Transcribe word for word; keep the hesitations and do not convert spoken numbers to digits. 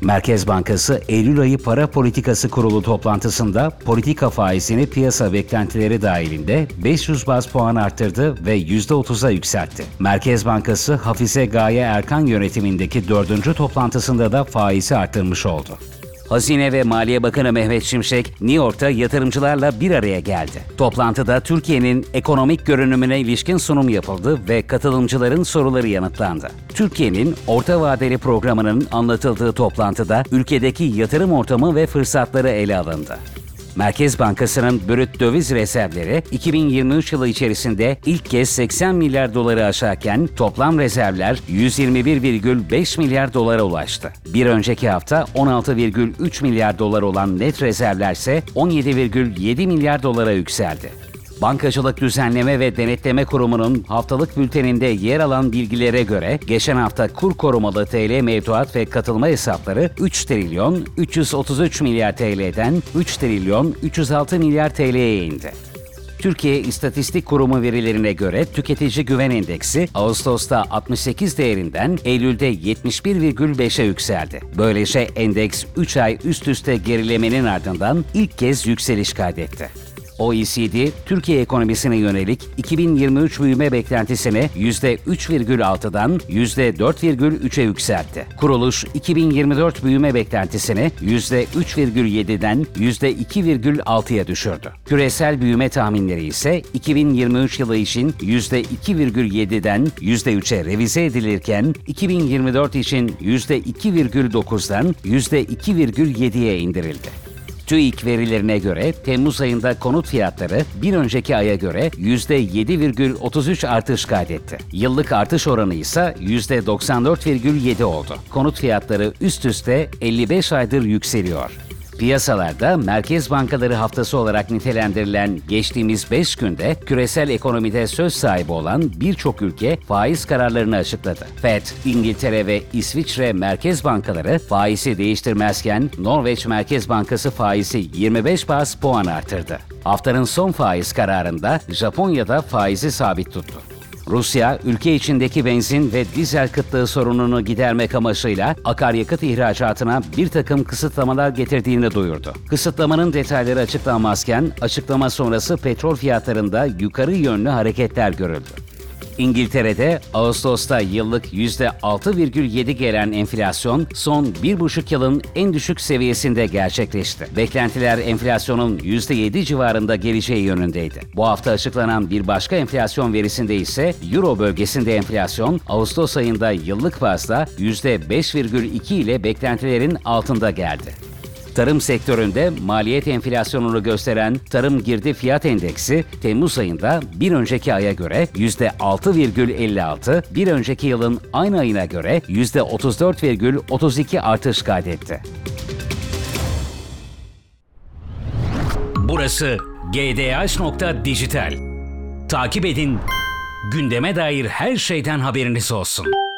Merkez Bankası Eylül ayı Para Politikası Kurulu toplantısında politika faizini piyasa beklentileri dahilinde beş yüz baz puan arttırdı ve yüzde otuza yükseltti. Merkez Bankası Hafize Gaye Erkan yönetimindeki dördüncü toplantısında da faizi arttırmış oldu. Hazine ve Maliye Bakanı Mehmet Şimşek, New York'ta yatırımcılarla bir araya geldi. Toplantıda Türkiye'nin ekonomik görünümüne ilişkin sunum yapıldı ve katılımcıların soruları yanıtlandı. Türkiye'nin orta vadeli programının anlatıldığı toplantıda ülkedeki yatırım ortamı ve fırsatları ele alındı. Merkez Bankası'nın brüt döviz rezervleri iki bin yirmi üç yılı içerisinde ilk kez seksen milyar doları aşarken toplam rezervler yüz yirmi bir virgül beş milyar dolara ulaştı. Bir önceki hafta on altı virgül üç milyar dolar olan net rezervler ise on yedi virgül yedi milyar dolara yükseldi. Bankacılık Düzenleme ve Denetleme Kurumu'nun haftalık bülteninde yer alan bilgilere göre geçen hafta kur korumalı T L mevduat ve katılma hesapları üç trilyon üç yüz otuz üç milyar T L'den üç trilyon üç yüz altı milyar T L'ye indi. Türkiye İstatistik Kurumu verilerine göre Tüketici Güven Endeksi Ağustos'ta altmış sekiz değerinden Eylül'de yetmiş bir virgül beşe yükseldi. Böylece endeks üç ay üst üste gerilemenin ardından ilk kez yükseliş kaydetti. O E C D, Türkiye ekonomisine yönelik iki bin yirmi üç büyüme beklentisini yüzde üç virgül altıdan yüzde dört virgül üçe yükseltti. Kuruluş, iki bin yirmi dört büyüme beklentisini yüzde üç virgül yediden yüzde iki virgül altıya düşürdü. Küresel büyüme tahminleri ise iki bin yirmi üç yılı için yüzde iki virgül yediden yüzde üçe revize edilirken iki bin yirmi dört için yüzde iki virgül dokuzdan yüzde iki virgül yediye indirildi. TÜİK verilerine göre Temmuz ayında konut fiyatları bir önceki aya göre yüzde yedi virgül otuz üç artış kaydetti. Yıllık artış oranı ise yüzde doksan dört virgül yedi oldu. Konut fiyatları üst üste elli beş aydır yükseliyor. Piyasalarda Merkez Bankaları Haftası olarak nitelendirilen geçtiğimiz beş günde küresel ekonomide söz sahibi olan birçok ülke faiz kararlarını açıkladı. Fed, İngiltere ve İsviçre Merkez Bankaları faizi değiştirmezken Norveç Merkez Bankası faizi yirmi beş baz puan artırdı. Haftanın son faiz kararında Japonya'da faizi sabit tuttu. Rusya, ülke içindeki benzin ve dizel kıtlığı sorununu gidermek amacıyla akaryakıt ihracatına bir takım kısıtlamalar getirdiğini duyurdu. Kısıtlamanın detayları açıklanmazken, açıklama sonrası petrol fiyatlarında yukarı yönlü hareketler görüldü. İngiltere'de Ağustos'ta yıllık yüzde altı virgül yedi gelen enflasyon son bir buçuk yılın en düşük seviyesinde gerçekleşti. Beklentiler enflasyonun yüzde yedi civarında geleceği yönündeydi. Bu hafta açıklanan bir başka enflasyon verisinde ise Euro bölgesinde enflasyon Ağustos ayında yıllık bazda yüzde beş virgül iki ile beklentilerin altında geldi. Tarım sektöründe maliyet enflasyonunu gösteren Tarım Girdi Fiyat Endeksi Temmuz ayında bir önceki aya göre yüzde altı virgül elli altı, bir önceki yılın aynı ayına göre yüzde otuz dört virgül otuz iki artış kaydetti. Burası G D H nokta Dijital. Takip edin, gündeme dair her şeyden haberiniz olsun.